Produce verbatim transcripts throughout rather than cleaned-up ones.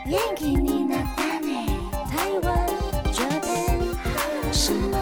元気になったね台湾这边什么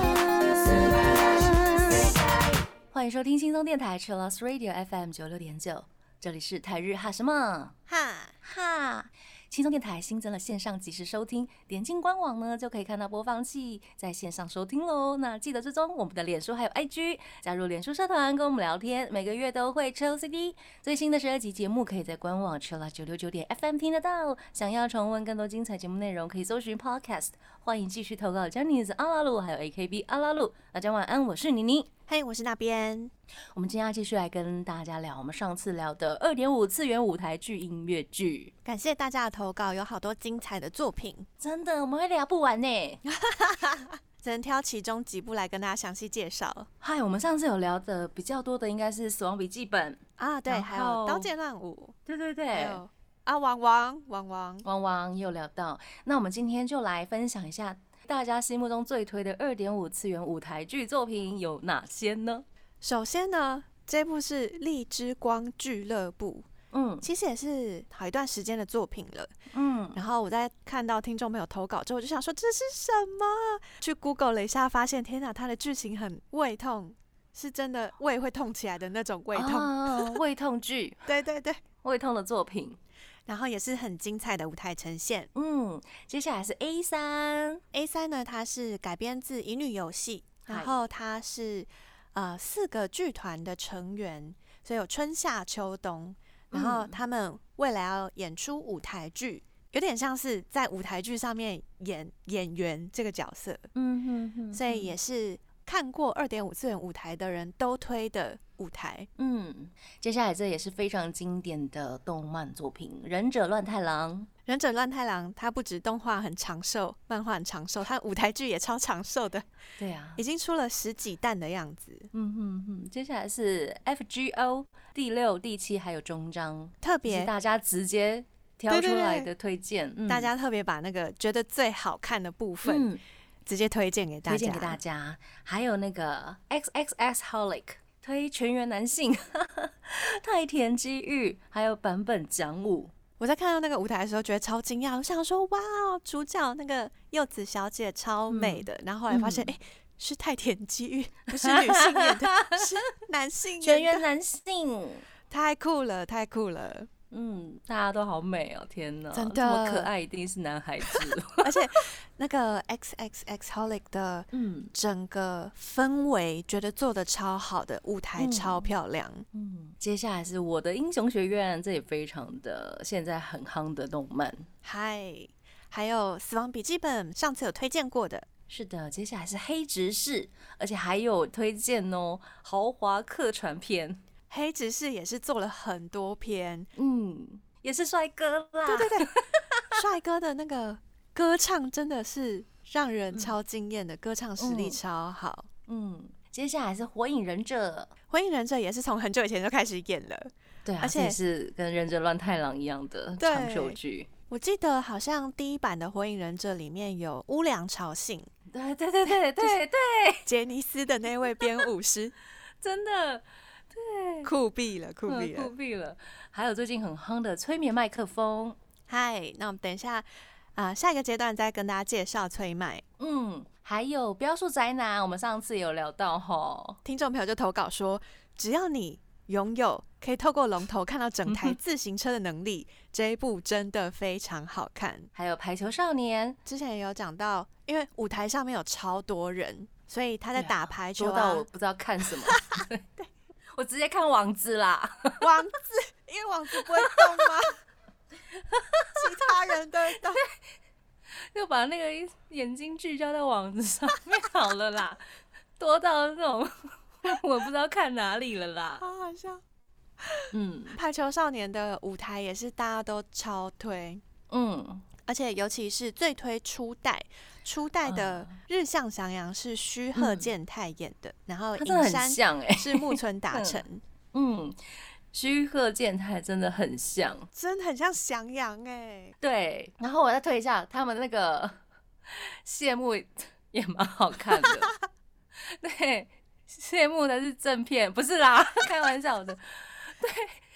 欢迎收听轻松电台 Chillus Radio F M 九六点九，这里是台日哈什么哈哈。轻松电台新增了线上即时收听，点进官网呢就可以看到播放器，在线上收听喽。那记得追踪我们的脸书还有 I G， 加入脸书社团跟我们聊天，每个月都会抽 C D。最新的十二集节目可以在官网 Chillus 九六九点 F M 听得到。想要重温更多精彩节目内容，可以搜寻 Podcast。欢迎继续投稿 Johnny's 阿拉鲁还有 A K B 阿拉鲁。大家晚安，我是妮妮。 嘿、hey, 我是那边。 我们今天要继续来跟大家聊我们上次聊的 二点五 次元舞台剧音乐剧。 感谢大家的投稿，有好多精彩的作品， 真的我们会聊不完呢只能挑其中几部来跟大家详细介绍。 嗨，我们上次有聊的比较多的应该是《死亡笔记本》 啊，对，还有《刀剑乱舞》， 对对对， 还有啊，王王王王王王也有聊到。那我们今天就来分享一下大家心目中最推的 二点五 次元舞台剧作品有哪些呢？ 首先呢，这部是荔枝光俱乐部，嗯，其实也是好一段时间的作品了，嗯，然后我在看到听众朋友投稿之后，我就想说这是什么？去 Google 了一下，发现天哪，它的剧情很胃痛，是真的胃会痛起来的那种胃痛， 哦、胃痛剧， 对对对， 胃痛的作品。 然后也是很精彩的舞台呈现。 嗯，接下来是 A 三 A 三呢，它是改编自《乙女游戏》，然后它是呃四个剧团的成员，所以有春夏秋冬，然后他们未来要演出舞台剧，有点像是在舞台剧上面演演员这个角色。嗯哼哼，所以也是看过 二点五 次元舞台的人都推的舞台。 嗯，接下来这也是非常经典的动漫作品《忍者乱太郎》。 忍者乱太郎它不止动画很长寿，漫画很长寿，它舞台剧也超长寿的。 对啊， 已经出了十几弹的样子。 嗯哼哼，接下来是 F G O 第六、第七还有终章， 特别大家直接挑出来的推荐。 对对对、嗯，大家特别把那个觉得最好看的部分。嗯，直接推荐给大家， 推荐给大家。还有那个 X X X Holic 推全员男性，太田基裕，还有坂本讲武。 我在看到那个舞台的时候，觉得超惊讶，我想说哇，主角那个柚子小姐超美的，嗯、然后后来发现，哎、嗯欸，是太田基裕，不是女性演的，是男性演的， 全员男性， 太酷了，太酷了。 嗯，大家都好美哦！天哪， 真的这么可爱，一定是男孩子。 而且那个 X X X Holic 的整个氛围，觉得做的超好的，舞台超漂亮。 嗯，嗯接下来是我的英雄学院，这也非常的现在很夯的动漫。 嗨，还有死亡笔记本，上次有推荐过的。 是的，接下来是黑执事，而且还有推荐哦，豪华客船篇。 黑执事也是做了很多篇， 嗯，也是帅哥啦。 对对对，帅哥的那个歌唱真的是让人超惊艳的，嗯、歌唱实力超好。 嗯，接下来是火影忍者， 火影忍者也是从很久以前就开始演了， 对啊，而且是跟忍者乱太郎一样的长寿剧。 我记得好像第一版的火影忍者里面有乌良朝信， 对对对对对对， 杰尼斯的那位编舞师， 真的。对， 酷毙了，酷毙了， 酷毙了！还有最近很夯的催眠麦克风。 嗨，那我们等一下啊、呃，下一个阶段再跟大家介绍催麦。 嗯，还有标速宅男，我们上次有聊到吼， 听众朋友就投稿说，只要你拥有可以透过龙头看到整台自行车的能力，这一部真的非常好看。 还有排球少年， 之前也有讲到，因为舞台上面有超多人，所以他在打排球、啊， 多到我不知道看什么。对。我直接看网子啦， 网子，因为网子不会动吗？其他人都会动， 就把那个眼睛聚焦在网子上面好了啦，多到那种我不知道看哪里了啦， 好好笑。嗯，排球少年的舞台也是大家都超推，嗯，而且尤其是最推初代。初代的日向翔阳是须贺健太演的，嗯、然后影山是木村达成。 嗯，须贺健太真的很像， 真的很像翔阳哎。 对，然后我再推一下他们那个谢幕也蛮好看的。对，谢幕的是正片，不是啦，开玩笑的。对，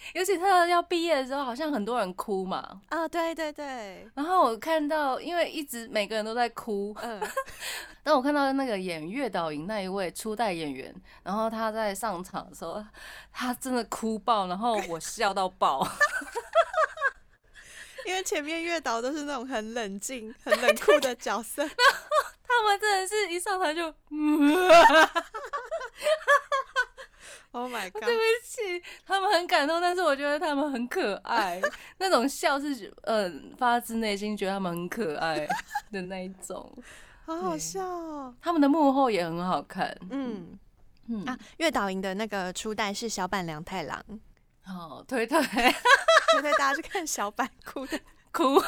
尤其他要毕业的时候，好像很多人哭嘛。 啊，对对对。 然后我看到，因为一直每个人都在哭，嗯，当我看到那个演月岛营那一位初代演员，然后他在上场的时候，他真的哭爆，然后我笑到爆。 因为前面月岛都是那种很冷静、很冷酷的角色，然后他们真的是一上台就， Oh my god！ 对不起，他们很感动，但是我觉得他们很可爱，那种笑是呃发自内心觉得他们很可爱的那一种， 好好笑哦。 他们的幕后也很好看， 嗯嗯啊，月岛营的那个初代是小坂良太郎。 哦，推推推推大家去看小坂哭的哭，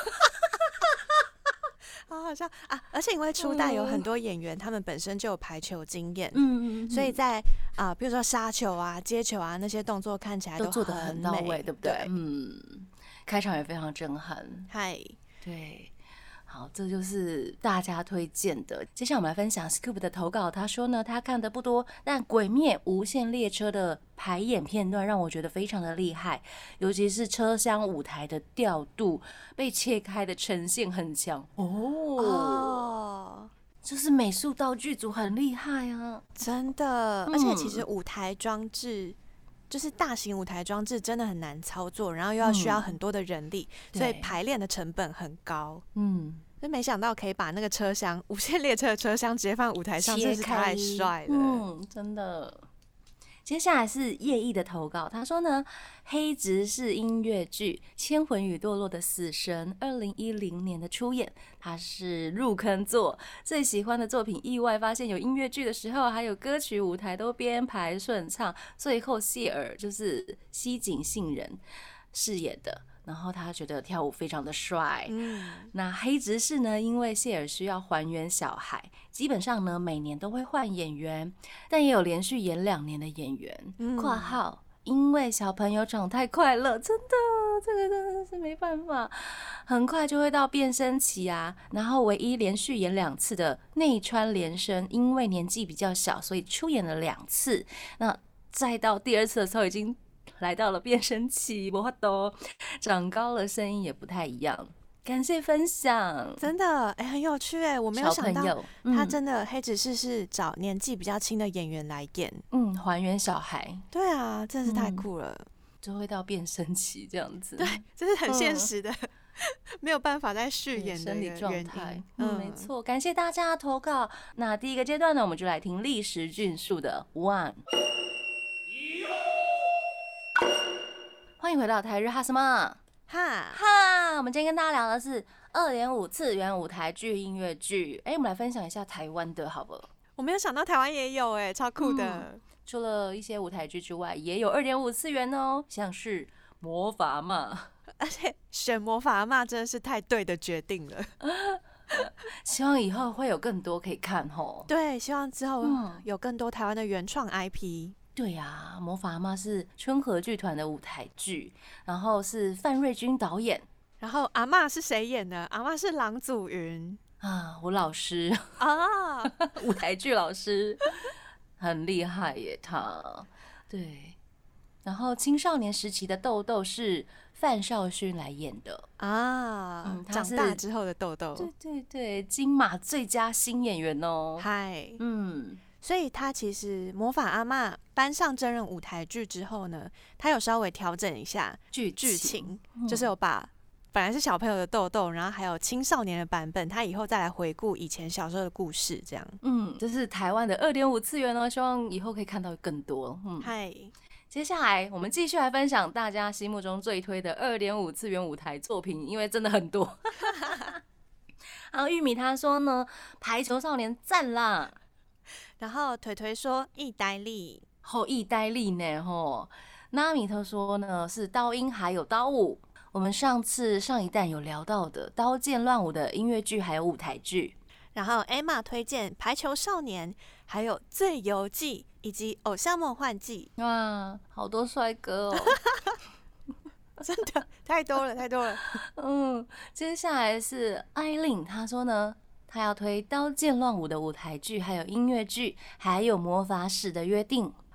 好好笑啊！而且因为初代有很多演员，他们本身就有排球经验， 嗯嗯， 所以在啊、呃，比如说杀球啊、接球啊那些动作看起来都做得很到位，对不对？ 对， 嗯，开场也非常震撼， 嗨， 对。好，这就是大家推荐的。接下来我们来分享 Scoop 的投稿。他说呢，他看的不多，但《鬼灭无限列车》的排演片段让我觉得非常的厉害，尤其是车厢舞台的调度被切开的呈现很强哦。哦，就是美术道具组很厉害啊， 真的。嗯、而且其实舞台装置。就是大型舞台装置真的很难操作，然后又要需要很多的人力，嗯、所以排练的成本很高。嗯，就没想到可以把那个车厢无限列车的车厢直接放舞台上，真是太帅了。 嗯，真的。接下来是叶毅的投稿，他说呢，黑执事音乐剧《千魂与堕落的死神》二零一零年的出演，他是入坑作，最喜欢的作品，意外发现有音乐剧的时候，还有歌曲舞台都编排顺畅，最后谢尔就是西井信人饰演的。然后他觉得跳舞非常的帅。嗯，那黑执事呢，因为谢尔需要还原小孩，基本上呢每年都会换演员，但也有连续演两年的演员。嗯，括号因为小朋友长太快乐，真的这个真的是没办法，很快就会到变声期啊。然后唯一连续演两次的内川连生，因为年纪比较小，所以出演了两次。那再到第二次的时候，已经来到了变声期，没办法，长高了，声音也不太一样。感谢分享， 真的哎、欸，很有趣哎，我没有想到他真的黑执事是找年纪比较轻的演员来演， 嗯，还原小孩。 对啊，真是太酷了，嗯、 就会到变声期这样子。 对，这是很现实的，嗯、没有办法再续演的生理状态。 嗯， 嗯没错，感谢大家的投稿。那第一个阶段呢，我们就来听历时俊树的 One。欢迎回到台日哈什么哈哈，我们今天跟大家聊的是二点五次元舞台剧音乐剧。哎、欸，我们来分享一下台湾的好不好？ 我没有想到台湾也有哎、欸，超酷的、嗯。 除了一些舞台剧之外，也有二点五次元哦，像是魔法阿嬷， 而且选魔法阿嬷真的是太对的决定了。 希望以后会有更多可以看吼。 对，希望之后有更多台湾的原创 I P。 对呀、啊，魔法阿嬷是春和剧团的舞台剧，然后是范瑞君导演。 然后阿嬷是谁演的？阿嬷是郎祖筠啊，我老师啊， 舞台剧老师很厉害耶，他对。然后青少年时期的豆豆是范少勋来演的啊，嗯、长大之后的豆豆， 对对对，金马最佳新演员哦， 嗨，嗯。所以他其实魔法阿嬷搬上真人舞台剧之后呢，他有稍微调整一下剧剧情，嗯、就是有把本来是小朋友的豆豆，然后还有青少年的版本，他以后再来回顾以前小时候的故事，这样。 嗯，这是台湾的二点五次元哦，希望以后可以看到更多。嗯， 嗨， 接下来我们继续来分享大家心目中最推的二点五次元舞台作品，因为真的很多。然后玉米他说呢，排球少年赞啦。 然后腿腿说意呆力， 吼意呆力呢吼。那米特说呢是刀音还有刀舞，我们上次上一弹有聊到的刀剑乱舞的音乐剧还有舞台剧。 然后 Emma 推荐排球少年，还有醉游记以及偶像梦幻记。 哇，好多帅哥哦！ 真的太多了太多了。 嗯，接下来是艾琳，她说呢。他要推《刀剑乱舞》的舞台剧，还有音乐剧，还有《魔法使的约定》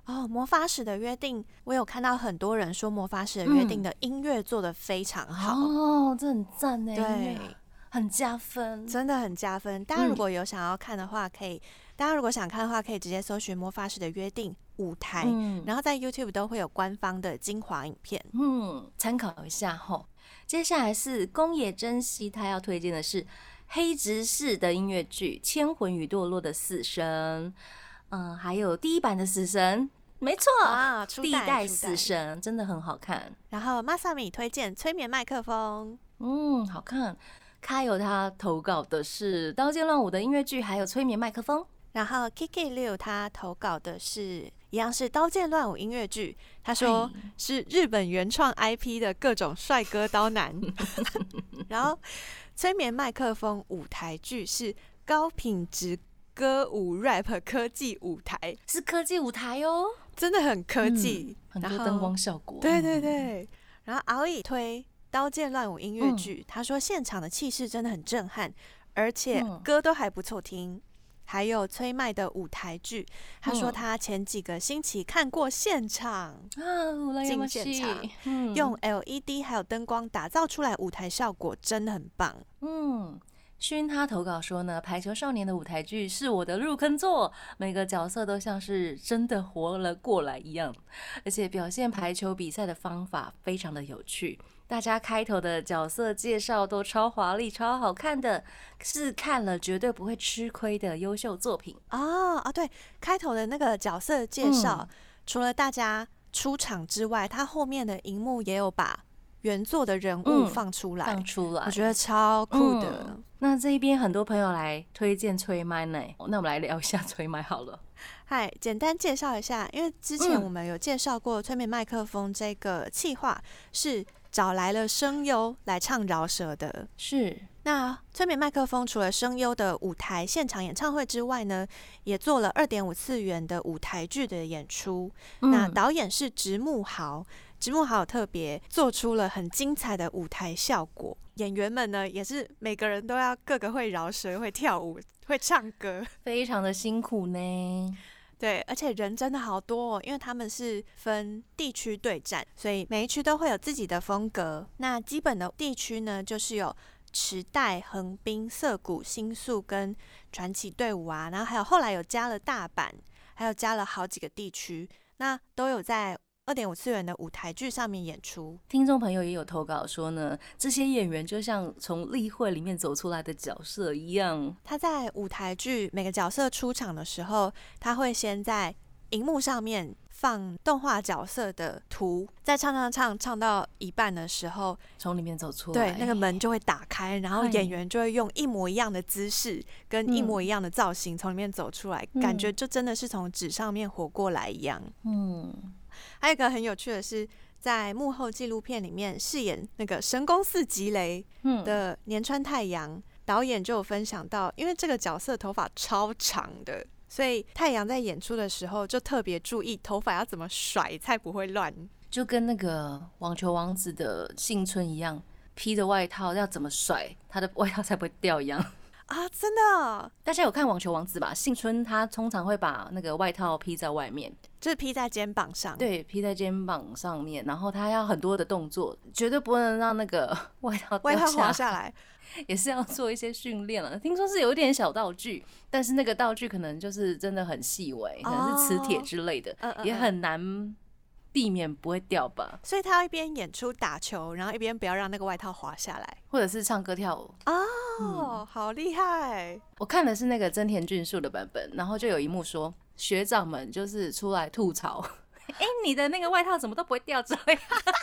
哦，魔法使的约定，我有看到很多人说魔法使的约定的音乐做得非常好。 嗯、哦，这很赞耶， 对， 很加分， 真的很加分。大家如果有想要看的话，可以、嗯、大家如果想看的话，可以直接搜寻魔法使的约定舞台、嗯、然后在 YouTube 都会有官方的精华影片， 嗯，参考一下吼。接下来是宫野真希，他要推荐的是黑执事的音乐剧《千魂与堕落的死神》，嗯，还有第一版的死神，没错啊， 第一代死神真的很好看。 然后 Masami 推荐催眠麦克风， 嗯，好看。开有他投稿的是《刀剑乱舞》的音乐剧，还有催眠麦克风。 然后 Kiki 六他投稿的是一样是《刀剑乱舞》音乐剧，他说是日本原创 I P 的各种帅哥刀男。然后催眠麦克风舞台剧是高品质歌舞 rap 科技舞台， 是科技舞台哦， 真的很科技， 嗯、很多灯光效果。 对对对。然后敖乙推《刀剑乱舞》音乐剧、嗯，他说现场的气势真的很震撼，而且歌都还不错听。还有崔麦的舞台剧，他说他前几个星期看过现场，进、嗯、现场、嗯，用 L E D 还有灯光打造出来舞台效果真的很棒。 嗯，勋他投稿说呢，排球少年的舞台剧是我的入坑作，每个角色都像是真的活了过来一样，而且表现排球比赛的方法非常的有趣。大家开头的角色介绍都超华丽、超好看的，是看了绝对不会吃亏的优秀作品啊啊！对，开头的那个角色介绍、嗯，除了大家出场之外，他后面的荧幕也有把原作的人物放出来，嗯、 放出来， 我觉得超酷的。 嗯、那这一边很多朋友来推荐催麦呢，那我们来聊一下催麦好了。 嗨，简单介绍一下，因为之前我们有介绍过催眠麦克风这个企划是找来了声优来唱饶舌的， 是。 那催眠麦克风除了声优的舞台现场演唱会之外呢，也做了 二点五 次元的舞台剧的演出、嗯、那导演是直木豪，直木豪特别做出了很精彩的舞台效果，演员们呢也是每个人都要个个会饶舌、会跳舞、会唱歌， 非常的辛苦呢。 对，而且人真的好多哦，因为他们是分地区对战，所以每一区都会有自己的风格。那基本的地区呢，就是有池袋、横滨、涩谷、新宿跟传奇队伍啊，然后还有后来有加了大阪，还有加了好几个地区，那都有在二点五次元的舞台剧上面演出。 听众朋友也有投稿说呢，这些演员就像从例会里面走出来的角色一样。 他在舞台剧每个角色出场的时候，他会先在荧幕上面放动画角色的图，在唱唱唱唱到一半的时候， 从里面走出来， 对，那个门就会打开，然后演员就会用一模一样的姿势跟一模一样的造型从里面走出来、嗯、感觉就真的是从纸上面活过来一样。嗯，还有一个很有趣的是，在幕后纪录片里面饰演那个神宫寺吉雷的年川太阳、嗯、导演就有分享到，因为这个角色头发超长的，所以太阳在演出的时候就特别注意头发要怎么甩才不会乱， 就跟那个网球王子的幸村一样，披着外套要怎么甩他的外套才不会掉一样啊！真的， 大家有看网球王子吧？幸村他通常会把那个外套披在外面， 就是披在肩膀上， 对，披在肩膀上面，然后他要很多的动作，绝对不能让那个外套掉下来， 外套滑下来， 也是要做一些训练了。听说是有一点小道具，但是那个道具可能就是真的很细微，可能是磁铁之类的，哦、也很难避免不会掉吧。 所以他要一边演出打球，然后一边不要让那个外套滑下来， 或者是唱歌跳舞。 哦，嗯、好厉害！我看的是那个真田俊树的版本，然后就有一幕说学长们就是出来吐槽，哎、欸，你的那个外套怎么都不会掉之类的。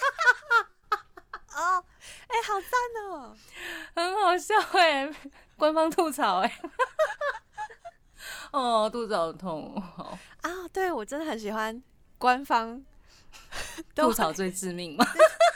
哦，哎、欸，好赞哦， 很好笑哎、欸，官方吐槽哎、欸，哦，肚子好痛好啊！对，我真的很喜欢官方吐槽最致命嘛，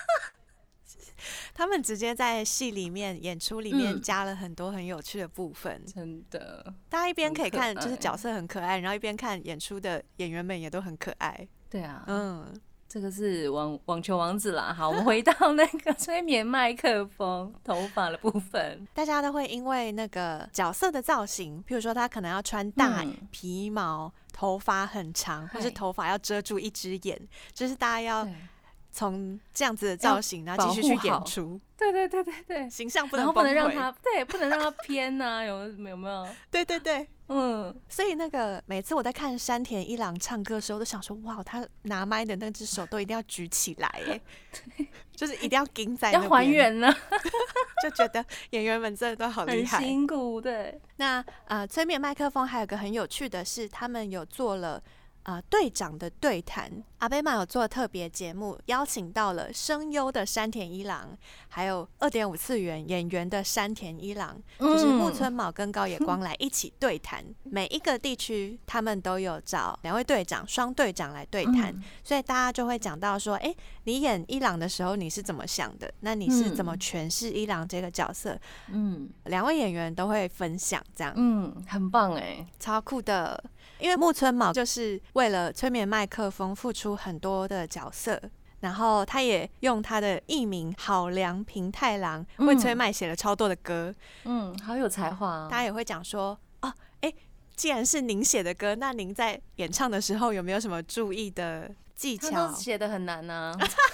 他们直接在戏里面、演出里面加了很多很有趣的部分， 嗯、真的， 大家一边可以看就是角色很可爱，然后一边看演出的演员们也都很可爱。 对啊，嗯。这个是网网球王子啦。好，我们回到那个催眠麦克风头发的部分， 大家都会因为那个角色的造型，譬如说他可能要穿大皮毛、嗯、 头发很长，或是头发要遮住一只眼，就是大家要从这样子的造型，然后继续去演出。 对对对对对， 形象不能然后不能让崩溃它，对，不能让它偏呐、啊，有有没有？ 对对对， 嗯， 所以那个每次我在看山田一郎唱歌的时候，都想说，哇，他拿麦的那只手都一定要举起来，哎，就是一定要盯在那边， 要还原呢， 就觉得演员们真的都好厉害， 很辛苦。对， 那呃，催眠麦克风还有个很有趣的是，他们有做了。呃，队长的对谈，阿贝玛有做特别节目，邀请到了声优的山田一郎，还有二点五次元演员的山田一郎，嗯、就是木村卯跟高野光来一起对谈。每一个地区他们都有找两位队长、双队长来对谈，嗯、所以大家就会讲到说，哎、欸，你演一郎的时候你是怎么想的？那你是怎么诠释一郎这个角色？嗯，两位演员都会分享，这样， 嗯，很棒哎， 超酷的。因为木村卯就是为了催眠麦克风付出很多的角色，然后他也用他的艺名好良平太郎为催麦写了超多的歌， 嗯，好有才华、啊。 大家也会讲说，哦，哎，既然是您写的歌，那您在演唱的时候有没有什么注意的技巧？ 他都写得很难啊，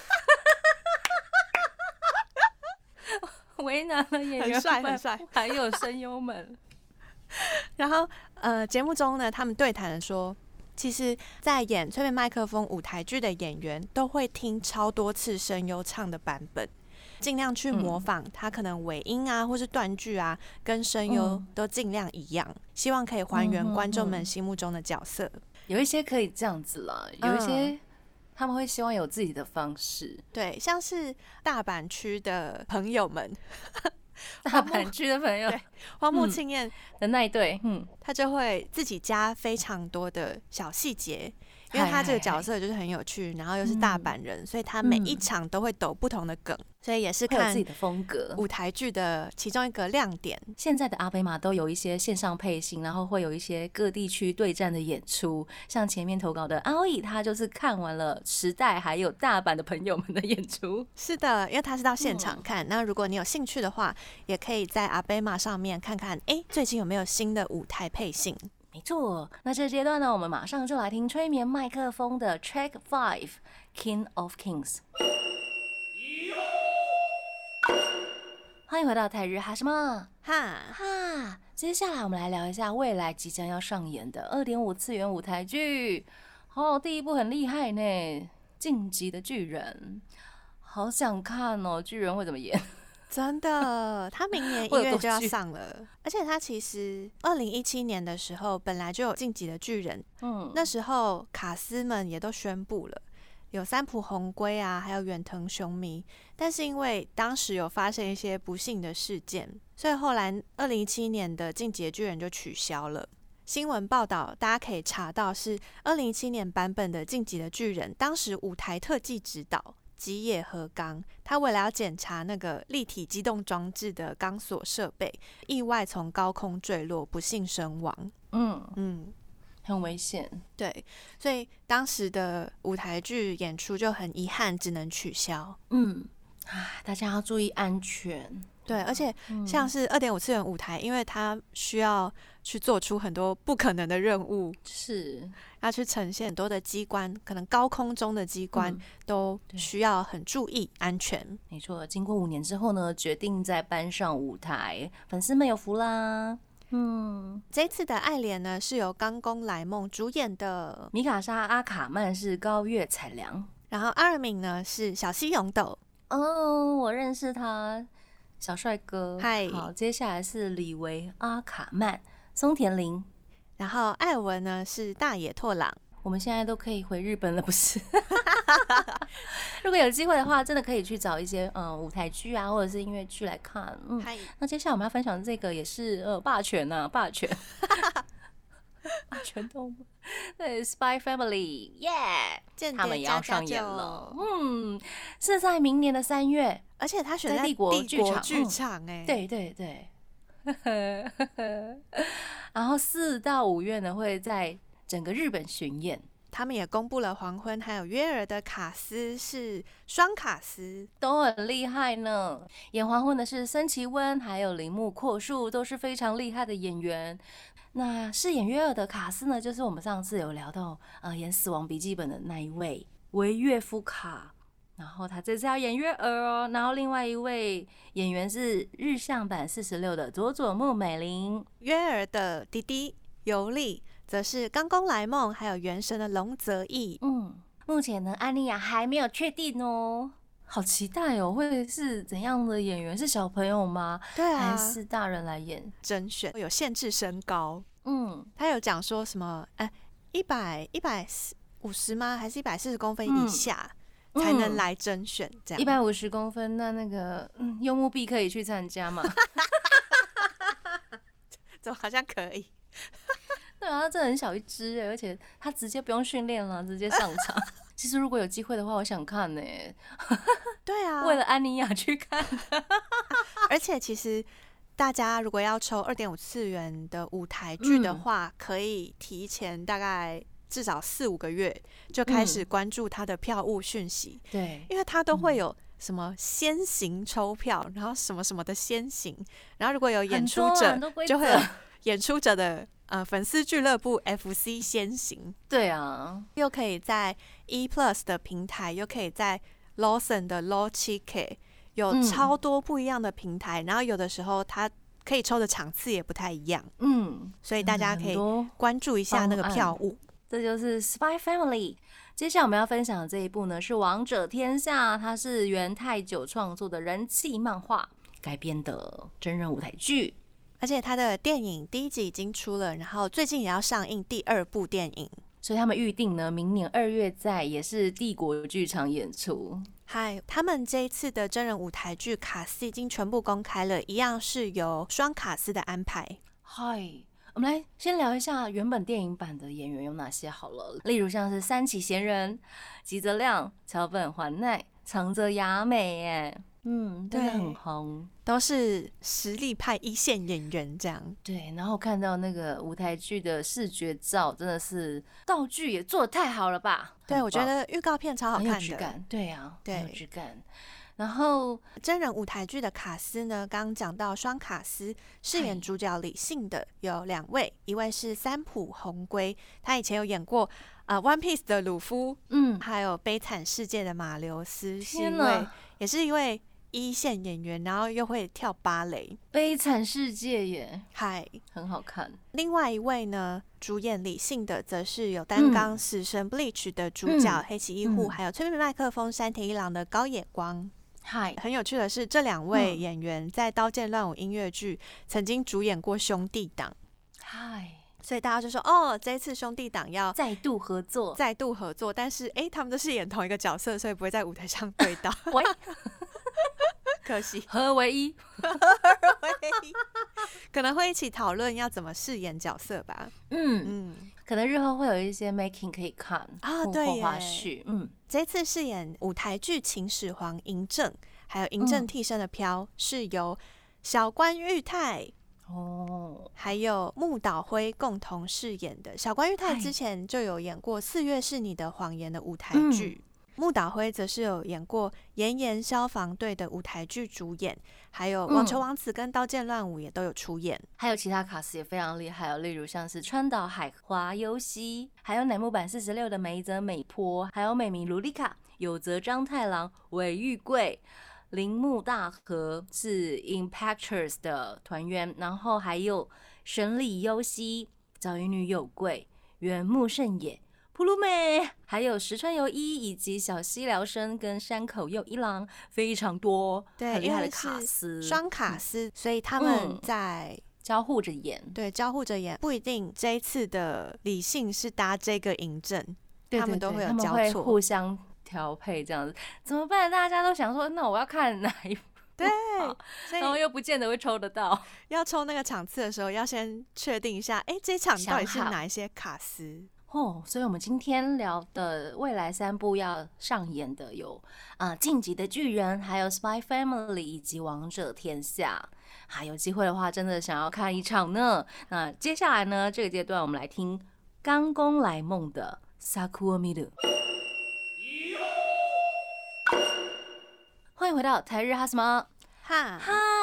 为难了演员， 很帅很帅， 还有声优们。 然后，呃，节目中呢，他们对谈说，其实，在演催眠麦克风舞台剧的演员都会听超多次声优唱的版本，尽量去模仿他可能尾音啊，或是断句啊，跟声优都尽量一样，希望可以还原观众们心目中的角色。 有一些可以这样子啦，有一些他们会希望有自己的方式。 对，像是大阪区的朋友们。 大阪区的朋友， 对，荒木庆彦的那一对，嗯， 他就会自己加非常多的小细节，因为他这个角色就是很有趣，然后又是大阪人，所以他每一场都会抖不同的梗，所以也是看自己的风格舞台剧的其中一个亮点。 现在的阿贝玛都有一些线上配信，然后会有一些各地区对战的演出，像前面投稿的阿易，他就是看完了时代还有大阪的朋友们的演出。 是的，因为他是到现场看，嗯、那如果你有兴趣的话，也可以在阿贝玛上面看看，哎，最近有没有新的舞台配信。 没错，那这阶段呢，我们马上就来听催眠麦克风的 Track Five King of Kings。欢迎回到台日哈什么哈哈。接下来我们来聊一下未来即将要上演的二点五次元舞台剧。哦，第一部很厉害呢，晋级的巨人，好想看哦，巨人会怎么演？ 真的，他明年一月就要上了，而且他其实二零一七年的时候本来就有晋级的巨人，嗯，那时候卡司们也都宣布了，有三浦宏圭啊，还有远藤雄弥，但是因为当时有发生一些不幸的事件，所以后来二零一七年的晋级的巨人就取消了。新闻报道大家可以查到是二零一七年版本的晋级的巨人，当时舞台特技指导吉野和刚，他为了要检查那个立体机动装置的钢索设备，意外从高空坠落，不幸身亡。嗯嗯， 很危险。 对，所以当时的舞台剧演出就很遗憾，只能取消。 嗯，啊，大家要注意安全。 对，而且像是二点五次元舞台，因为它需要去做出很多不可能的任务， 是要去呈现很多的机关，可能高空中的机关、嗯、都需要很注意安全。 没错，经过五年之后呢，决定再搬上舞台，粉丝们有福啦。嗯， 这次的爱莲呢是由冈宫来梦主演的， 米卡莎阿卡曼是高月彩良， 然后阿尔敏呢是小西勇斗。 哦，我认识他。小帅哥， 嗨， 好，接下来是李维阿卡曼、松田玲， 然后艾文呢是大野拓郎。 我们现在都可以回日本了，不是？如果有机会的话，真的可以去找一些嗯舞台剧啊，或者是音乐剧来看。嗯，那接下来我们要分享的这个也是呃霸权啊，霸权，霸权动物，对 ，Spy Family， 耶、yeah! 他们也要上演了。嗯，是在明年的三月。 而且他选在帝国剧场， 剧场哎、 欸嗯，对对对，然后四到五月呢会在整个日本巡演。 他们也公布了黄昏还有约尔的卡司是双卡司， 都很厉害呢。演黄昏的是森崎温还有铃木阔树，都是非常厉害的演员。 那饰演约尔的卡斯呢，就是我们上次有聊到，呃，演《死亡笔记本》的那一位维岳夫卡，然后他这次要演约尔哦。然后另外一位演员是日向版四十六的佐佐木美玲， 约尔的弟弟尤利则是刚宫来梦还有原神的龙泽义。 嗯，目前呢，安妮亚还没有确定哦。好期待哦！会是怎样的演员？是小朋友吗？ 对啊， 还是大人来演？ 甄选有限制身高， 嗯， 他有讲说什么？哎、欸，一百一百五十吗？还是一百四十公分以下、嗯、才能来甄选？这样一百五十公分，那那个嗯，柚木碧可以去参加吗？ 怎么好像可以？ 对啊，这很小一只耶，而且他直接不用训练了，直接上场。其实如果有机会的话，我想看呢。 对啊， 为了安妮亚去看。 而且其实大家如果要抽二点五次元的舞台剧的话、嗯，可以提前大概至少四五个月就开始关注他的票务讯息。 对、嗯， 因为他都会有什么先行抽票，然后什么什么的先行，然后如果有演出者，就会有演出者的。呃，粉丝俱乐部 F C 先行， 对啊， 又可以在 E Plus 的平台，又可以在 Lawson 的 Low Chick， 有超多不一样的平台、嗯，然后有的时候它可以抽的场次也不太一样，嗯，所以大家可以关注一下那个票务。 这就是 Spy Family。接下来我们要分享的这一部呢是《王者天下》，它是原太久创作的人气漫画改编的真人舞台剧。 而且他的电影第一集已经出了，然后最近也要上映第二部电影， 所以他们预定呢，明年二月在也是帝国剧场演出。 嗨，他们这一次的真人舞台剧卡司已经全部公开了，一样是由双卡司的安排。 嗨，我们来先聊一下原本电影版的演员有哪些好了，例如像是三崎贤人、吉泽亮、桥本环奈、长泽雅美耶。嗯，真的很红， 都是实力派一线演员这样。 对，然后看到那个舞台剧的视觉照，真的是道具也做得太好了吧？ 对，我觉得预告片超好看的， 很有质感。对啊， 对， 很有质感。然后真人舞台剧的卡司呢，刚刚讲到双卡司，饰演主角李信的有两位，一位是三浦宏圭，他以前有演过呃 One Piece 的鲁夫，嗯，还有悲惨世界的马留斯，是一位也是一位一线演员，然后又会跳芭蕾。 悲惨世界耶， 嗨， 很好看。 另外一位呢，主演李信的则是有担纲死神 Bleach 的主角、嗯、黑崎一护、嗯，还有催眠麦克风山田一郎的高野光。 嗨， 很有趣的是，这两位演员在《刀剑乱舞》音乐剧曾经主演过兄弟档。 嗨， 所以大家就说，哦，这一次兄弟档要再度合作， 再度合作，但是哎，他们都是演同一个角色，所以不会在舞台上对到。喂，可惜合而为一， 合而为一，可能会一起讨论要怎么饰演角色吧。嗯嗯，可能日后会有一些 making 可以看啊，对， 花絮。嗯， 这次饰演舞台剧秦始皇嬴政，还有嬴政替身的飘、嗯、是由小关裕太哦，还有木岛辉共同饰演的。小关裕太之前就有演过《四月是你的谎言》的舞台剧。嗯，木岛辉则是有演过炎炎消防队的舞台剧主演，还有网球王子跟刀剑乱舞也都有出演、嗯、 还有其他卡司也非常厉害，例如像是川岛海华优希，还有乃木坂四十六的梅泽美波，还有美名卢丽卡、有泽章太郎、尾玉贵、铃木大和是 Impactors 的团员，然后还有神里优希、早乙女有贵、原木圣也、普鲁美，还有石川由一以及小西辽生跟山口佑一郎，非常多很厉害的卡司， 双卡司、嗯，所以他们在、嗯、 交互着演， 对，交互着演，不一定这一次的李信是搭这个嬴政，他们都会有交错， 他们会互相调配这样子，怎么办？大家都想说，那我要看哪一部？ 对， 然后又不见得会抽得到。 要抽那个场次的时候，要先确定一下，哎，这场到底是哪一些卡司？ 哦，所以我们今天聊的未来三部要上演的有啊、呃《晋级的巨人》，还有《Spy Family》以及《王者天下》。还有机会的话，真的想要看一场呢。那接下来呢，这个阶段我们来听刚宫来梦的《Saku o Miru》。欢迎回到台日哈什么哈哈，我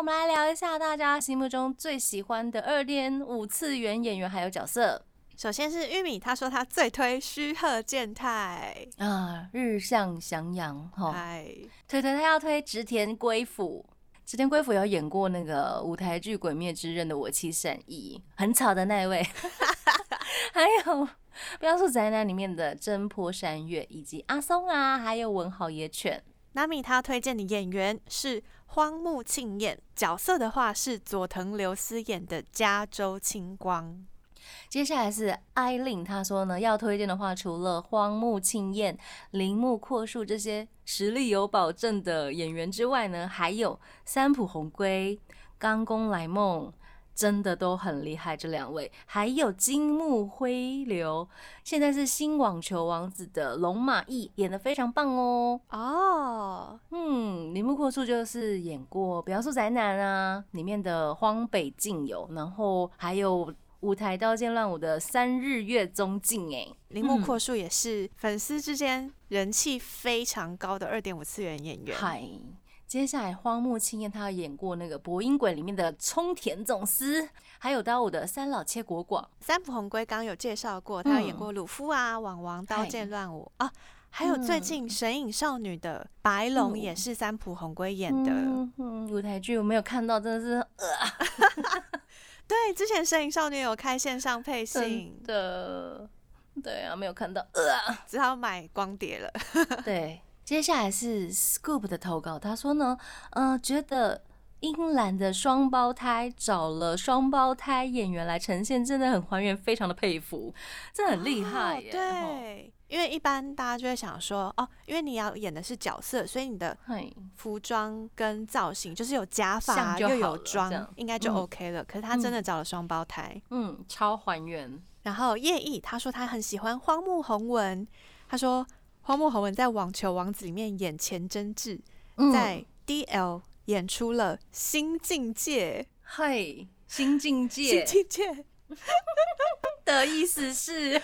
们来聊一下大家心目中最喜欢的二点五次元演员还有角色。 首先是玉米，他说他最推须贺健太啊，日向翔阳哈，推推他要推植田圭辅。植田圭辅有演过那个舞台剧《鬼灭之刃》的我妻善逸，很吵的那一位。还有《标速宅男》里面的真坡山月，以及阿松啊，还有文豪野犬。 那米他推荐的演员是荒木庆彦，角色的话是佐藤流司演的加州清光。 接下来是艾琳，她说呢，要推荐的话，除了荒木庆彦、铃木阔树这些实力有保证的演员之外呢，还有三浦宏圭、冈宫来梦，真的都很厉害。这两位，还有金木辉流，现在是新网球王子的龙马毅，演得非常棒哦。 哦， 嗯，铃木阔树就是演过《表述宅男》啊里面的荒北静友，然后还有舞台刀剑乱舞的三日月宗敬。哎， 铃木阔树也是粉丝之间人气非常高的二点五次元演员。 嗨，接下来荒木庆彦他演过那个《博音鬼》里面的冲田总司，还有刀舞的三老切国广。 三浦宏圭刚刚有介绍过，他有演过鲁夫啊、网王、刀剑乱舞啊，还有最近《神隐少女》的白龙也是三浦宏圭演的。 嗯嗯，舞台剧我没有看到，真的是呃。 对，之前《神隐少女》有开线上配信的，对啊，没有看到，呃， 只好买光碟了。 对，接下来是 Scoop 的投稿，他说呢，呃，觉得英兰的双胞胎找了双胞胎演员来呈现，真的很还原，非常的佩服，这很厉害耶。 哦、对。因为一般大家就会想说，哦，因为你要演的是角色，所以你的服装跟造型就是有假发又有妆，应该就 OK 了。嗯、可是他真的找了双胞胎， 嗯，超还原。 然后叶毅他说他很喜欢荒木宏文，他说荒木宏文在《网球王子》里面演前真治，嗯、在 D L 演出了新境界， 嘿，新境界， 新境界的意思是。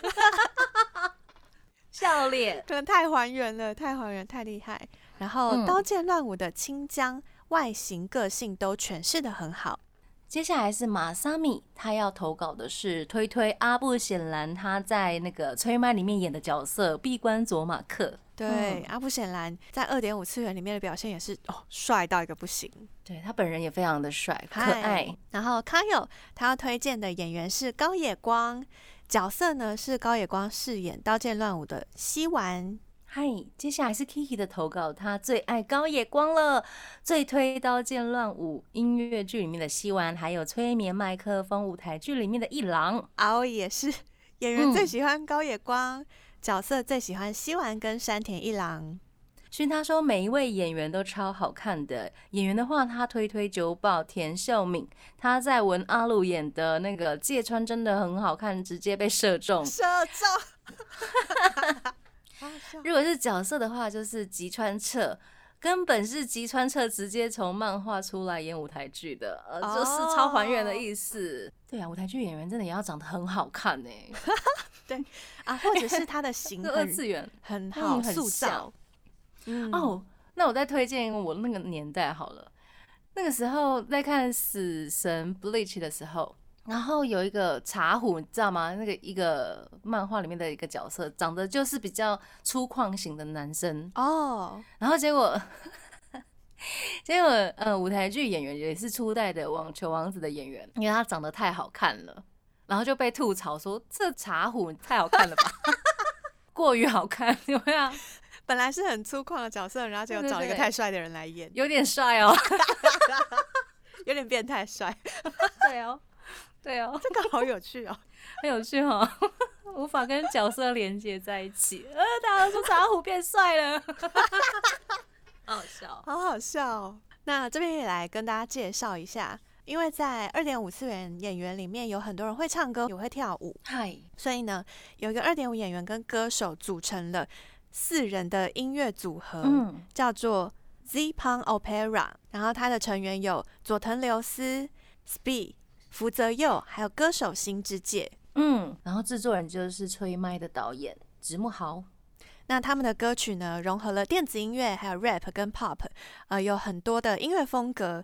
笑脸可能太还原了，太还原，太厉害。然后《刀剑乱舞》的清江外形、个性都诠释得很好。 接下来是马萨米，他要投稿的是推推阿部显兰他在那个催麦里面演的角色闭关佐马克。 对，嗯、阿部显兰在二点五次元里面的表现也是哦，帅到一个不行。 对，他本人也非常的帅可爱。 然后康友他要推荐的演员是高野光。角色呢是高野光饰演《刀剑乱舞》的希丸。 嗨，接下来是 Kiki 的投稿，他最爱高野光了，最推《刀剑乱舞》音乐剧里面的希丸，还有催眠麦克风舞台剧里面的一郎。 敖也是演员最喜欢高野光，嗯、角色最喜欢希丸跟山田一郎。 勋他说每一位演员都超好看的，演员的话他推推九保田秀敏，他在文阿鲁演的那个芥川真的很好看，直接被射中射中如果是角色的话就是吉川彻，根本是吉川彻直接从漫画出来演舞台剧的，呃，就是超还原的意思。对啊，舞台剧演员真的也要长得很好看欸对啊，或者是他的型很二次元很好塑造。 嗯、哦，那我再推荐我那个年代好了。那个时候在看《死神 Bleach》的时候，然后有一个茶壶，你知道吗？那个一个漫画里面的一个角色，长得就是比较粗犷型的男生哦。然后结果，结果呃，舞台剧演员也是初代的《网球王子》的演员，因为他长得太好看了，然后就被吐槽说这茶壶太好看了吧，过于好看，有没有？ 本来是很粗犷的角色，然后结果找了一个太帅的人来演， 对对对，有点帅哦， 有点变态帅。 对哦，对哦， 这个好有趣哦， 很有趣哦，无法跟角色连接在一起。呃，大家都说茶壶变帅了，好好笑， 好好笑哦。那这边也来跟大家介绍一下。因为在二点五次元演员里面有很多人会唱歌也会跳舞，所以呢有一个二点五演员跟歌手组成了四人的音乐组合，嗯、叫做 Z-Punk Opera， 然后他的成员有佐藤流司、Speed、福泽佑，还有歌手新之介。 嗯，然后制作人就是吹麦的导演直木豪。 那他们的歌曲呢，融合了电子音乐、还有 rap 跟 pop， 呃，有很多的音乐风格。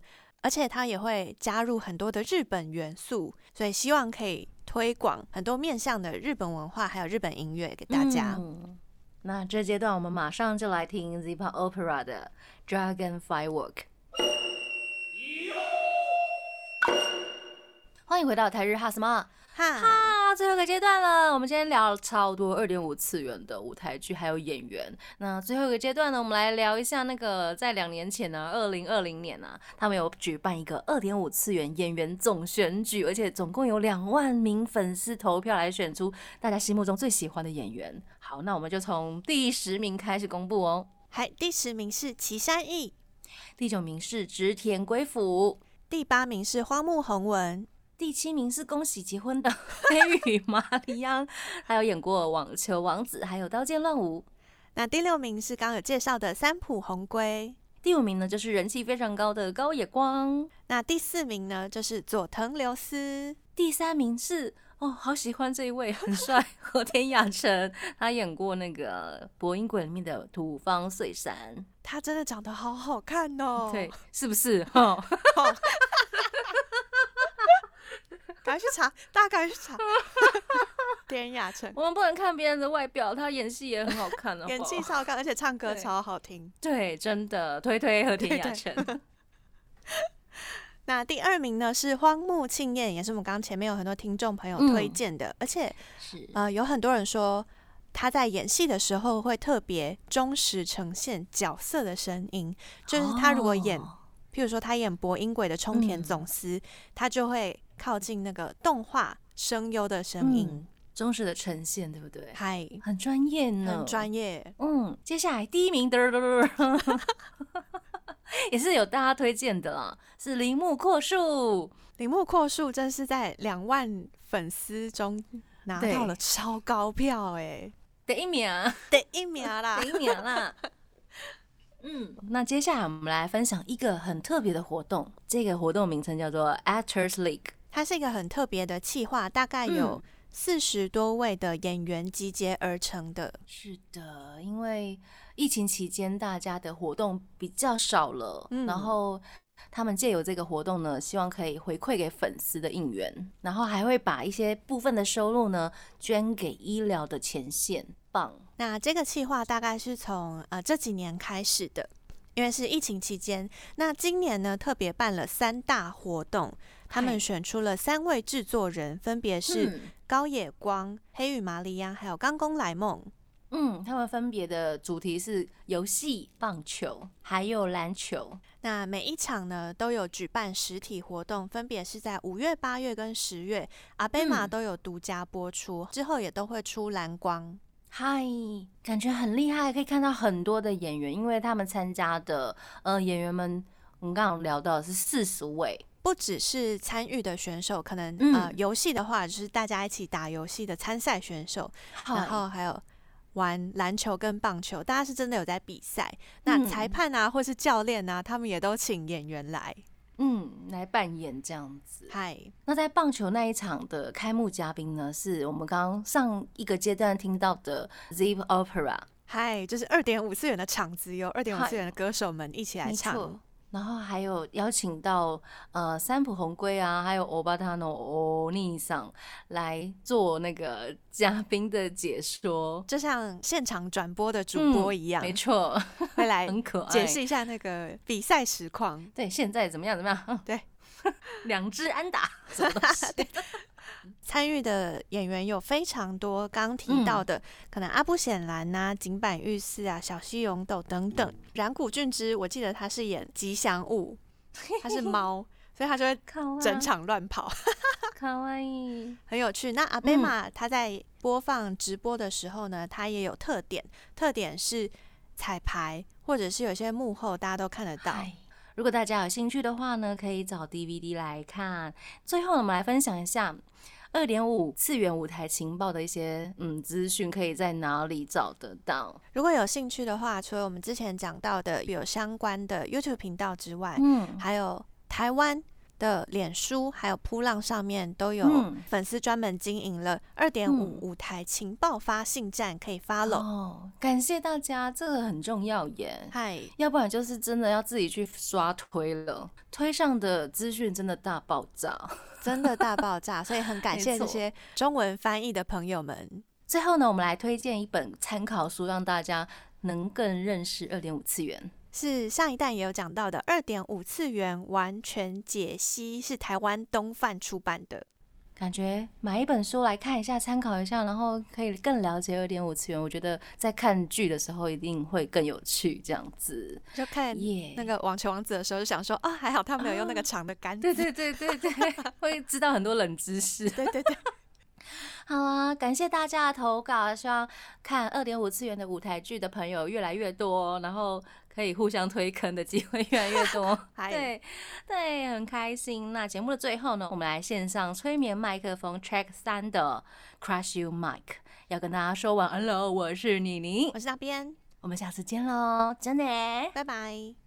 而且它也会加入很多的日本元素，所以希望可以推广很多面向的日本文化还有日本音乐给大家。 嗯，那这阶段我们马上就来听 Z-Pop Opera 的 Dragon Firework。 欢迎回到台日哈什么哈哈，最后一个阶段了。我们今天聊了超多 二点五 次元的舞台剧还有演员。那最后一个阶段呢，我们来聊一下那个在两年前呢，二零二零年啊，他们有举办一个 二点五 次元演员总选举，而且总共有两万名粉丝投票来选出大家心目中最喜欢的演员。好，那我们就从第十名开始公布哦。 还第十名是祁山义， 第九名是织田圭辅， 第八名是荒木宏文， 第七名是恭喜结婚的黑羽麻里央，还有演过《网球王子》还有《刀剑乱舞》。 那第六名是刚刚有介绍的三浦宏圭， 第五名呢就是人气非常高的高野光。 那第四名呢就是佐藤流司， 第三名是哦，好喜欢这一位，很帅，和田雅成，他演过那个《博音鬼》里面的土方岁山， 他真的长得好好看哦。 对，是不是？哦赶快去查，大家赶快去查。田雅成， 我们不能看别人的外表，他演戏也很好看，好不好？ 演技超高，而且唱歌超好听。 对，真的推推和田雅成。 对对那第二名呢是荒木庆彦，也是我们刚刚前面有很多听众朋友推荐的，嗯、而且是呃有很多人说他在演戏的时候会特别忠实呈现角色的声音，就是他如果演，哦、譬如说他演博音鬼的冲田总司，嗯、他就会靠近那个动画声优的声音。嗯忠实的呈现，对不对？ 嗨， 很专业呢， 很专业。 嗯，接下来第一名的也是有大家推荐的啦，是铃木阔树。 铃木阔树真是在两万粉丝中拿到了超高票哎， 第一名， 第一名啦， 第一名啦。嗯，那接下来我们来分享一个很特别的活动，这个活动名称叫做 Actors League， 它是一个很特别的企划，大概有、嗯四十多位的演员集结而成的。 是的，因为疫情期间大家的活动比较少了，嗯、然后他们借由这个活动呢，希望可以回馈给粉丝的应援，然后还会把一些部分的收入呢捐给医疗的前线。棒！ 那这个企划大概是从呃这几年开始的，因为是疫情期间。那今年呢，特别办了三大活动。他们选出了三位制作人，分别是高野光、黑羽麻里央还有冈宫来梦。 嗯，他们分别的主题是游戏、棒球还有篮球。 那每一场呢都有举办实体活动，分别是在五月、八月跟十月，阿贝玛都有独家播出，嗯、之后也都会出蓝光。 嗨，感觉很厉害，可以看到很多的演员，因为他们参加的呃演员们，我们刚刚聊到的是四十位。 不只是参与的选手，可能、 嗯、 呃游戏的话，就是大家一起打游戏的参赛选手，然后还有玩篮球跟棒球，大家是真的有在比赛。那裁判啊，或是教练啊，他们也都请演员来， 嗯，来扮演这样子。 嗨， 那在棒球那一场的开幕嘉宾呢，是我们刚刚上一个阶段听到的 Z-Pop Opera， 嗨，就是二点五次元的场子，有二点五次元的歌手们一起来唱。 然后还有邀请到呃三浦宏圭啊，还有欧巴塔诺欧尼桑来做那个嘉宾的解说， 就像现场转播的主播一样， 嗯、没错， 会来很可爱解释一下那个比赛实况。 对，现在怎么样怎么样？嗯、 对， 两支安打，什么东西？ 参与的演员有非常多，刚提到的、嗯、可能阿部显兰啊、井坂裕四啊、小西勇斗等等。染谷俊之，我记得他是演吉祥物，他是猫，所以他就会整场乱跑， 卡哇伊， 很有趣。那阿贝玛他在播放直播的时候呢，他也有特点，特点是彩排或者是有些幕后大家都看得到。 如果大家有兴趣的话呢，可以找 D V D 来看。最后我们来分享一下二点五 次元舞台情报的一些嗯资讯，可以在哪里找得到？ 如果有兴趣的话，除了我们之前讲到的有相关的 YouTube 频道之外， 嗯， 还有台湾的脸书还有噗浪上面都有粉丝专门经营了 二点五 舞台情报发信站，可以 follow、 哦、感谢大家，这个很重要耶。 嗨， 要不然就是真的要自己去刷推了，推上的资讯真的大爆炸， 真的大爆炸，所以很感谢这些中文翻译的朋友们。 最后呢，我们来推荐一本参考书，让大家能更认识 二点五 次元。 是上一弹也有讲到的 二点五 次元完全解析，是台湾东贩出版的。 感觉买一本书来看一下，参考一下，然后可以更了解 二点五 次元。我觉得在看剧的时候一定会更有趣，这样子。 就看那个网球王子的时候，就想说啊，还好他没有用那个长的杆子。 对对对对对，会知道很多冷知识。 对对对。 好啊，感谢大家的投稿，希望看 二点五 次元的舞台剧的朋友越来越多，然后可以互相推坑的机会越来越多。对对，很开心。那节目的最后呢，我们来线上催眠麦克风 Track 三的 Crush You Mic， 要跟大家说晚安喽。我是妮妮， 我是那边， 我们下次见喽，真的， 拜拜。